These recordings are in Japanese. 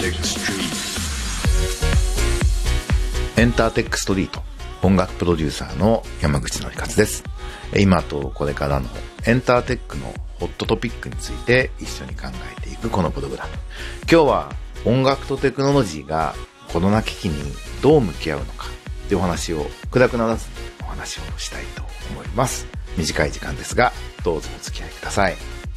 エンターテックストリート、音楽プロデューサーの山口紀勝です。今とこれからのエンターテックのホットトピックについて一緒に考えていくこのプログラム。今日は音楽とテクノロジーがコロナ危機にどう向き合うのかというお話を暗くならずにお話をしたいと思います。短い時間ですがどうぞお付き合いください。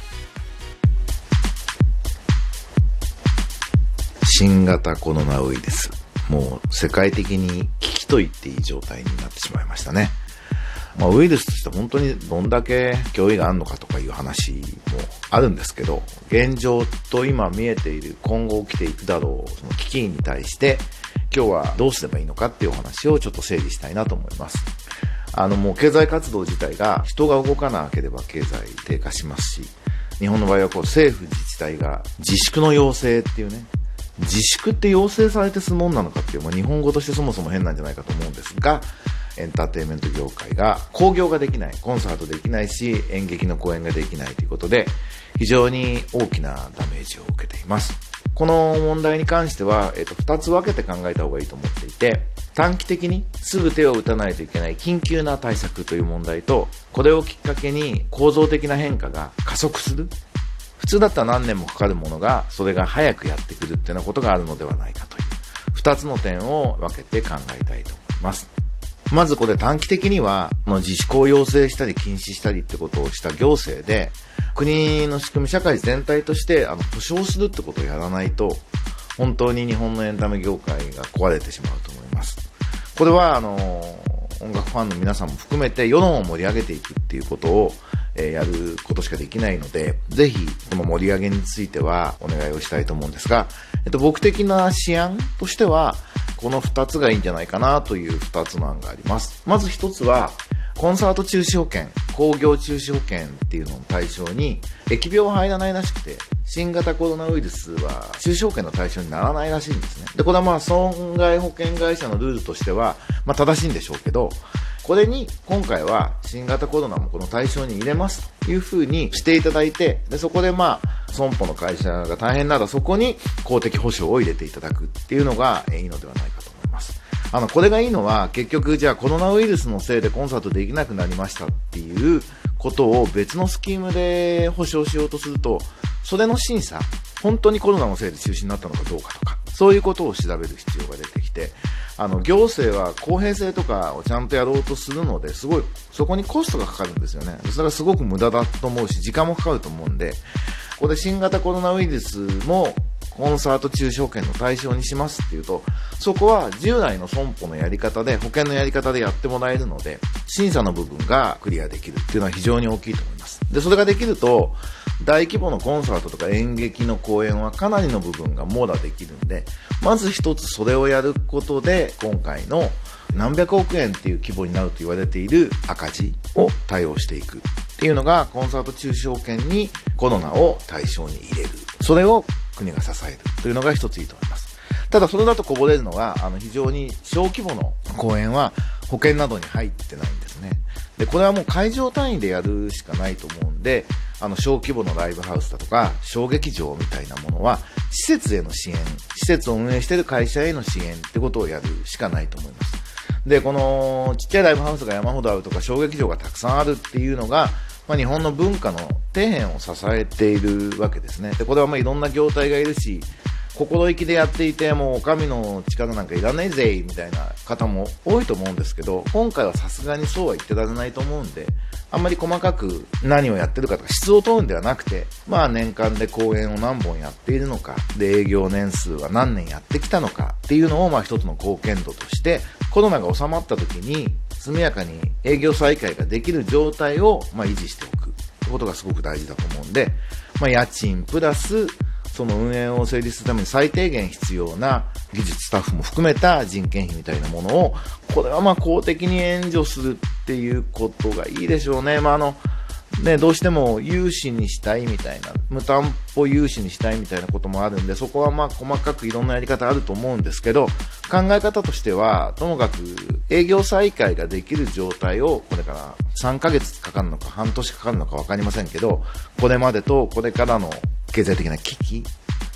新型コロナウイルス、もう世界的に危機と言っていい状態になってしまいましたね。ウイルスとして本当にどんだけ脅威があるのかとかいう話もあるんですけど、現状と今見えている今後起きていくだろうその危機に対して今日はどうすればいいのかっていうお話をちょっと整理したいなと思います。もう経済活動自体が人が動かなければ経済低下しますし、日本の場合は政府自治体が自粛の要請っていうね、自粛って要請されて済むもんなのかっていう、日本語としてそもそも変なんじゃないかと思うんですが、エンターテインメント業界が興行ができない、コンサートできないし演劇の公演ができないということで非常に大きなダメージを受けています。この問題に関しては、2つ分けて考えた方がいいと思っていて、短期的にすぐ手を打たないといけない緊急な対策という問題と、これをきっかけに構造的な変化が加速する、普通だったら何年もかかるものがそれが早くやってくるっていうようなことがあるのではないかという2つの点を分けて考えたいと思います。まずこれ短期的には自粛を要請したり禁止したりってことをした行政で、国の仕組み社会全体として保障するってことをやらないと本当に日本のエンタメ業界が壊れてしまうと思います。これは音楽ファンの皆さんも含めて世論を盛り上げていくっていうことをやることしかできないので、ぜひこの盛り上げについてはお願いをしたいと思うんですが、僕的な思案としてはこの2つがいいんじゃないかなという2つの案があります。まず1つはコンサート中止保険、興行中止保険っていうのを対象に疫病は入らないらしくて、新型コロナウイルスは中止保険の対象にならないらしいんですね。で、これは損害保険会社のルールとしては正しいんでしょうけど、これに今回は新型コロナもこの対象に入れますというふうにしていただいて、でそこで損保の会社が大変ならそこに公的保証を入れていただくっていうのがいいのではないかと思います。これがいいのは結局じゃあコロナウイルスのせいでコンサートできなくなりましたっていうことを別のスキームで保証しようとすると、それの審査、本当にコロナのせいで中止になったのかどうかとか、そういうことを調べる必要が出てきて、行政は公平性とかをちゃんとやろうとするので、すごいそこにコストがかかるんですよね。それがすごく無駄だと思うし時間もかかると思うんで、ここで新型コロナウイルスもコンサート中止保険の対象にしますっていうと、そこは従来の損保のやり方で保険のやり方でやってもらえるので、審査の部分がクリアできるっていうのは非常に大きいと思います。で、それができると大規模のコンサートとか演劇の公演はかなりの部分が網羅できるんで、まず一つそれをやることで今回の何百億円っていう規模になると言われている赤字を対応していくっていうのが、コンサート中止保険にコロナを対象に入れる、それを国が支えるというのが一ついいと思います。ただそれだとこぼれるのが非常に小規模の公演は保険などに入ってないんですね。で、これはもう会場単位でやるしかないと思うんで、小規模のライブハウスだとか小劇場みたいなものは施設への支援、施設を運営している会社への支援ってことをやるしかないと思います。で、このちっちゃいライブハウスが山ほどあるとか小劇場がたくさんあるっていうのが、日本の文化の底辺を支えているわけですね。で、これはいろんな業態がいるし、心意気でやっていてもう神の力なんかいらないぜみたいな方も多いと思うんですけど、今回はさすがにそうは言ってられないと思うんで、あんまり細かく何をやってるかとか質を問うんではなくて、年間で公演を何本やっているのかで、営業年数は何年やってきたのかっていうのを一つの貢献度として、コロナが収まった時に速やかに営業再開ができる状態を維持しておくってことがすごく大事だと思うんで、家賃プラスその運営を成立するために最低限必要な技術スタッフも含めた人件費みたいなものを、これは公的に援助するっていうことがいいでしょうね。どうしても融資にしたいみたいな、無担保融資にしたいみたいなこともあるんで、そこは細かくいろんなやり方あると思うんですけど、考え方としてはともかく営業再開ができる状態をこれから3ヶ月かかるのか半年かかるのか分かりませんけど、これまでとこれからの経済的な危機、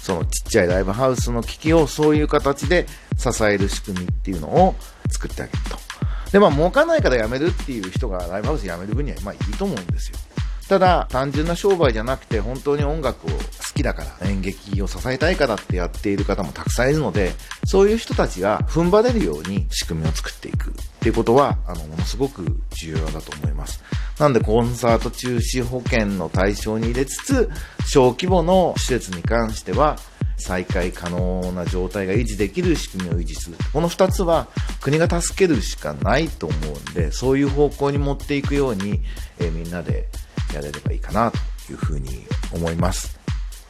そのちっちゃいライブハウスの機器をそういう形で支える仕組みっていうのを作ってあげると。で、儲かんないから辞めるっていう人がライブハウス辞める分には、いいと思うんですよ。ただ、単純な商売じゃなくて、本当に音楽を好きだから、演劇を支えたいからってやっている方もたくさんいるので、そういう人たちが踏ん張れるように仕組みを作っていくっていうことは、ものすごく重要だと思います。なんで、コンサート中止保険の対象に入れつつ、小規模の施設に関しては、再開可能な状態が維持できる仕組みを維持する。この2つは国が助けるしかないと思うんで、そういう方向に持っていくように、みんなでやれればいいかなというふうに思います。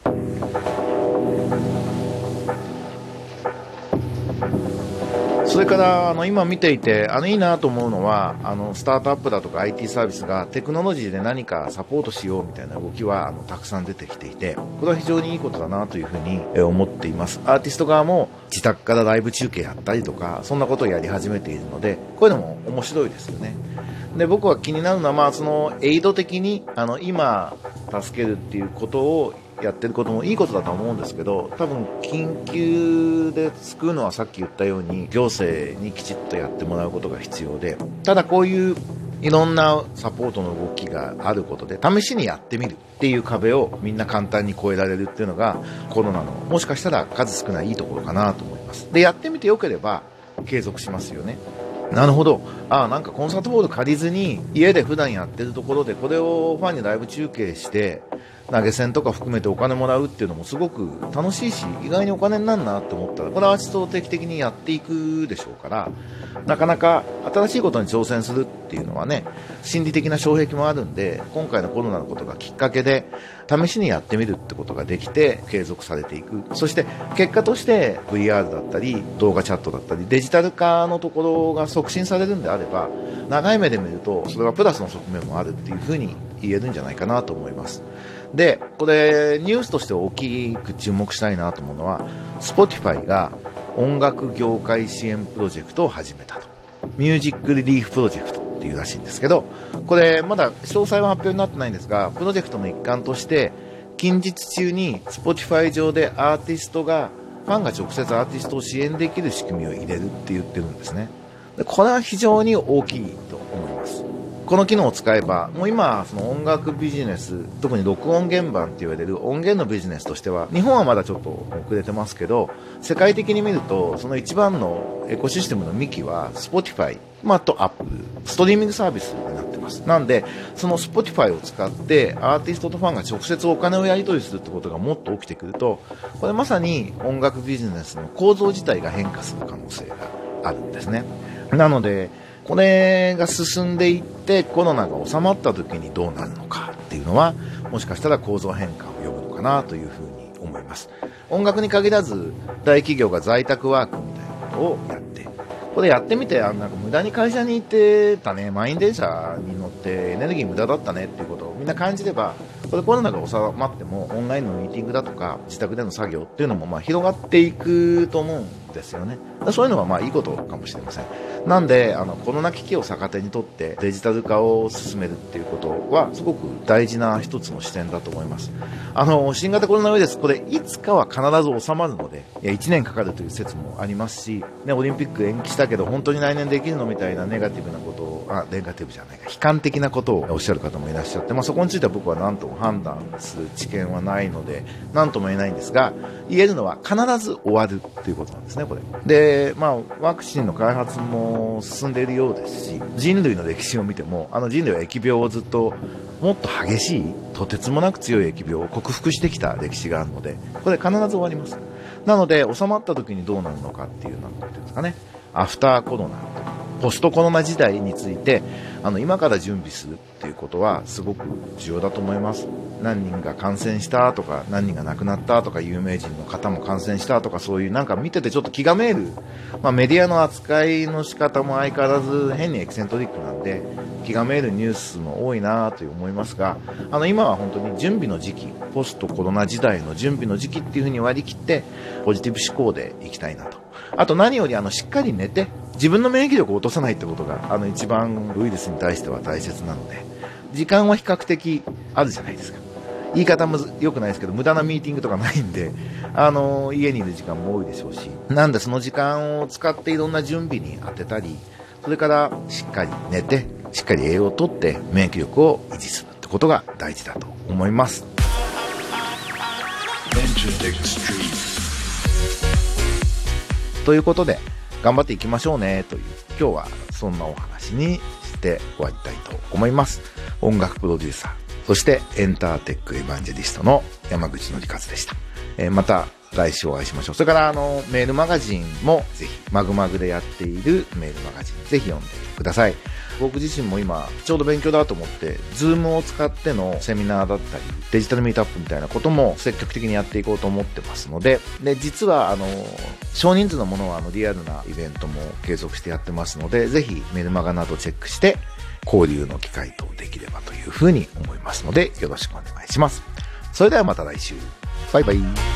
それから今見ていていいなと思うのはスタートアップだとか IT サービスがテクノロジーで何かサポートしようみたいな動きはたくさん出てきていて、これは非常にいいことだなというふうに思っています。アーティスト側も自宅からライブ中継やったりとかそんなことをやり始めているので、こういうのも面白いですよね。で、僕は気になるのはそのエイド的に今助けるっていうことをやってることもいいことだと思うんですけど、多分緊急で救うのはさっき言ったように行政にきちっとやってもらうことが必要で、ただこういういろんなサポートの動きがあることで試しにやってみるっていう壁をみんな簡単に越えられるっていうのがコロナのもしかしたら数少ないいいところかなと思います。で、やってみてよければ継続しますよね。なるほど。なんかコンサートボール借りずに家で普段やってるところでこれをファンにライブ中継して投げ銭とか含めてお金もらうっていうのもすごく楽しいし、意外にお金になるなって思ったら、これはアーティストを定期的にやっていくでしょうから、なかなか新しいことに挑戦するっていうのはね、心理的な障壁もあるんで、今回のコロナのことがきっかけで試しにやってみるってことができて継続されていく。そして結果として VR だったり動画チャットだったりデジタル化のところが促進されるんであれば、長い目で見るとそれはプラスの側面もあるっていうふうに言えるんじゃないかなと思います。で、これニュースとして大きく注目したいなと思うのは Spotify が音楽業界支援プロジェクトを始めたと。ミュージックリリーフプロジェクトっていうらしいんですけど、これまだ詳細は発表になってないんですが、プロジェクトの一環として近日中に Spotify 上でアーティストがファンが直接アーティストを支援できる仕組みを入れるって言ってるんですね。で、これは非常に大きいと思います。この機能を使えば、もう今その音楽ビジネス、特に録音原版って言われる音源のビジネスとしては、日本はまだちょっと遅れてますけど、世界的に見るとその一番のエコシステムの幹は Spotify、あと Apple、ストリーミングサービスになってます。なんで、その Spotify を使ってアーティストとファンが直接お金をやり取りするってことがもっと起きてくると、これまさに音楽ビジネスの構造自体が変化する可能性があるんですね。なので、これが進んでいってコロナが収まった時にどうなるのかっていうのは、もしかしたら構造変化を呼ぶのかなというふうに思います。音楽に限らず大企業が在宅ワークみたいなことをやって、これやってみてなんか無駄に会社に行ってたね、満員電車に乗ってエネルギー無駄だったねっていうことをみんな感じれば、これコロナが収まってもオンラインのミーティングだとか自宅での作業っていうのも広がっていくと思うんですよね。そういうのはいいことかもしれません。なんでコロナ危機を逆手にとってデジタル化を進めるっていうことはすごく大事な一つの視点だと思います。新型コロナウイルス、これいつかは必ず収まるので、1年かかるという説もありますし、ね、オリンピック延期したけど本当に来年できるのみたいなネガティブなことを、ネガティブじゃないか、悲観的なことをおっしゃる方もいらっしゃって、そこについては僕は何とも判断する知見はないので何とも言えないんですが、言えるのは必ず終わるということなんですね、これで。ワクチンの開発も進んでいるようですし、人類の歴史を見ても人類は疫病をずっともっと激しい、とてつもなく強い疫病を克服してきた歴史があるので、これ必ず終わります。なので収まった時にどうなるのかっていうのは何ていうんですかね、アフターコロナ、ポストコロナ時代について今から準備するっていうことはすごく重要だと思います。何人が感染したとか何人が亡くなったとか、有名人の方も感染したとか、そういうなんか見ててちょっと気がめいる、メディアの扱いの仕方も相変わらず変にエキセントリックなんで気がめいるニュースも多いなと思いますが、今は本当に準備の時期、ポストコロナ時代の準備の時期っていう風に割り切ってポジティブ思考でいきたいなと。あと何よりしっかり寝て自分の免疫力を落とさないってことが一番ウイルスに対しては大切なので、時間は比較的あるじゃないですか。 言い方良くないですけど、無駄なミーティングとかないんで、家にいる時間も多いでしょうし、なんでその時間を使っていろんな準備に当てたり、それからしっかり寝て、しっかり栄養をとって免疫力を維持するってことが大事だと思います。ということで、頑張っていきましょうねという、今日はそんなお話にして終わりたいと思います。音楽プロデューサー、そしてエンターテックエヴァンジェリストの山口のりかずでした。また来週お会いしましょう。それからメールマガジンもぜひ、マグマグでやっているメールマガジン、ぜひ読んでください。僕自身も今ちょうど勉強だと思って Zoom を使ってのセミナーだったりデジタルミートアップみたいなことも積極的にやっていこうと思ってますので、実は少人数のものはリアルなイベントも継続してやってますので、ぜひメルマガなどチェックして交流の機会とできればというふうに思いますので、よろしくお願いします。それではまた来週。バイバイ。